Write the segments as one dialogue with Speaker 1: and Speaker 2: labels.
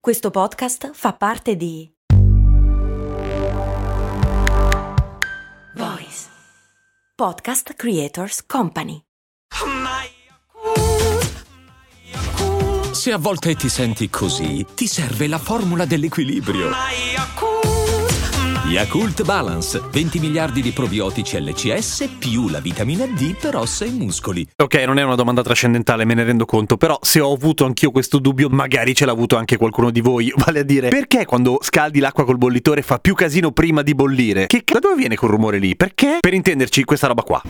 Speaker 1: Questo podcast fa parte di Voice Podcast Creators Company.
Speaker 2: Se a volte ti senti così, ti serve la formula dell'equilibrio. Yakult Balance, 20 miliardi di probiotici LCS più la vitamina D per ossa e muscoli.
Speaker 3: Ok, non è una domanda trascendentale, me ne rendo conto, però se ho avuto anch'io questo dubbio, magari ce l'ha avuto anche qualcuno di voi. Vale a dire, perché quando scaldi l'acqua col bollitore fa più casino prima di bollire? Da dove viene quel rumore lì? Perché? Per intenderci, questa roba qua.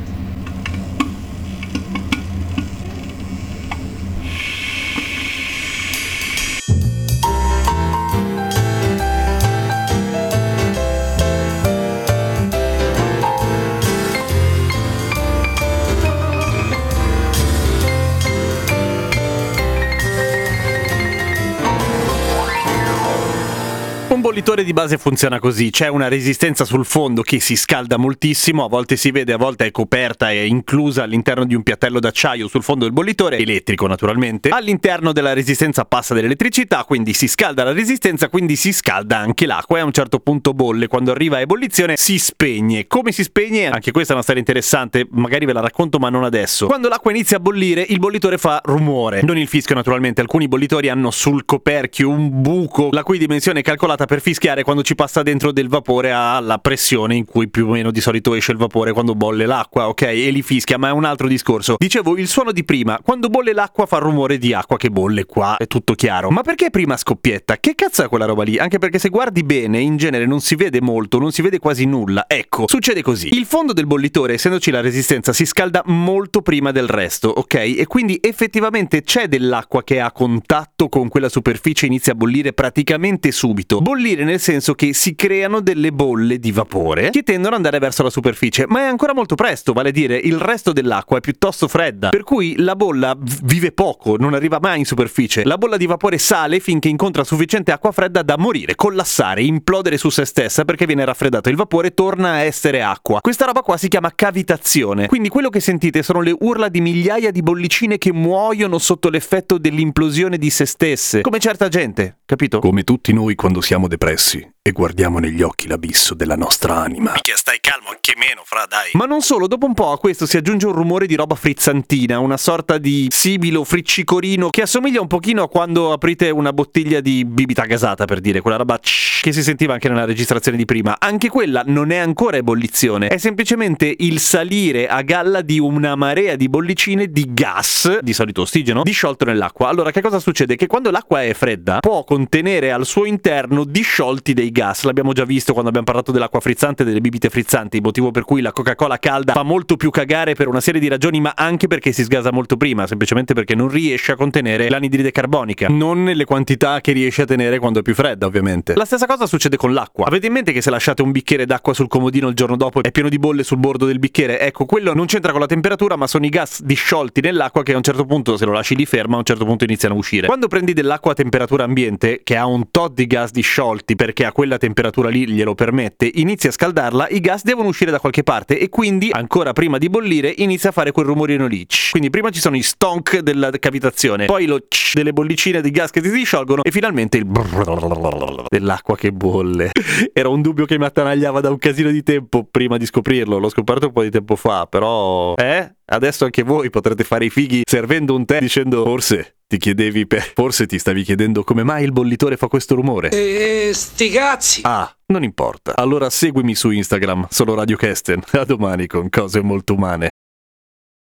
Speaker 3: Un bollitore di base funziona così, c'è una resistenza sul fondo che si scalda moltissimo, a volte si vede, a volte è coperta e inclusa all'interno di un piattello d'acciaio sul fondo del bollitore, elettrico naturalmente. All'interno della resistenza passa dell'elettricità, quindi si scalda la resistenza, quindi si scalda anche l'acqua e a un certo punto bolle. Quando arriva a ebollizione si spegne. Come si spegne? Anche questa è una storia interessante, magari ve la racconto ma non adesso. Quando l'acqua inizia a bollire, il bollitore fa rumore, non il fischio naturalmente. Alcuni bollitori hanno sul coperchio un buco la cui dimensione è calcolata per fischiare quando ci passa dentro del vapore alla pressione in cui più o meno di solito esce il vapore quando bolle l'acqua, ok? E li fischia, ma è un altro discorso. Dicevo, il suono di prima, quando bolle l'acqua fa rumore di acqua che bolle, qua è tutto chiaro. Ma perché prima scoppietta? Che cazzo è quella roba lì? Anche perché se guardi bene, in genere non si vede molto, non si vede quasi nulla. Ecco, succede così. Il fondo del bollitore, essendoci la resistenza, si scalda molto prima del resto, ok? E quindi effettivamente c'è dell'acqua che a contatto con quella superficie inizia a bollire praticamente subito. Bollire nel senso che si creano delle bolle di vapore che tendono ad andare verso la superficie, ma è ancora molto presto, vale a dire il resto dell'acqua è piuttosto fredda, per cui la bolla vive poco, non arriva mai in superficie. La bolla di vapore sale finché incontra sufficiente acqua fredda da morire, collassare, implodere su se stessa perché viene raffreddato, il vapore torna a essere acqua. Questa roba qua si chiama cavitazione, quindi quello che sentite sono le urla di migliaia di bollicine che muoiono sotto l'effetto dell'implosione di se stesse, come certa gente, capito?
Speaker 4: Come tutti noi quando siamo depressi e guardiamo negli occhi l'abisso della nostra anima.
Speaker 3: Minchia, stai calmo, anche meno, fra, dai. Ma non solo, dopo un po' a questo si aggiunge un rumore di roba frizzantina, una sorta di sibilo friccicorino che assomiglia un pochino a quando aprite una bottiglia di bibita gasata, per dire, quella roba che si sentiva anche nella registrazione di prima. Anche quella non è ancora ebollizione, è semplicemente il salire a galla di una marea di bollicine di gas, di solito ossigeno, disciolto nell'acqua. Allora, che cosa succede? Che quando l'acqua è fredda può contenere al suo interno disciolti dei gas. L'abbiamo già visto quando abbiamo parlato dell'acqua frizzante e delle bibite frizzanti, il motivo per cui la Coca-Cola calda fa molto più cagare per una serie di ragioni, ma anche perché si sgasa molto prima, semplicemente perché non riesce a contenere l'anidride carbonica, non nelle quantità che riesce a tenere quando è più fredda, ovviamente. La stessa cosa succede con l'acqua. Avete in mente che se lasciate un bicchiere d'acqua sul comodino il giorno dopo è pieno di bolle sul bordo del bicchiere? Ecco, quello non c'entra con la temperatura, ma sono i gas disciolti nell'acqua che a un certo punto, se lo lasci lì ferma, a un certo punto iniziano a uscire. Quando prendi dell'acqua a temperatura ambiente, che ha un tot di gas disciolti perché a quella temperatura lì glielo permette, inizi a scaldarla, i gas devono uscire da qualche parte e quindi, ancora prima di bollire, inizia a fare quel rumorino lì. Quindi prima ci sono i stonk della cavitazione, poi lo delle bollicine di gas che si disciolgono e finalmente il dell'acqua che bolle. Era un dubbio che mi attanagliava da un casino di tempo prima di scoprirlo, l'ho scoperto un po' di tempo fa, però adesso anche voi potrete fare i fighi servendo un tè dicendo forse ti stavi chiedendo come mai il bollitore fa questo rumore.
Speaker 5: Sti cazzi!
Speaker 3: Ah, non importa. Allora seguimi su Instagram, sono Radio Kesten. A domani con cose molto umane.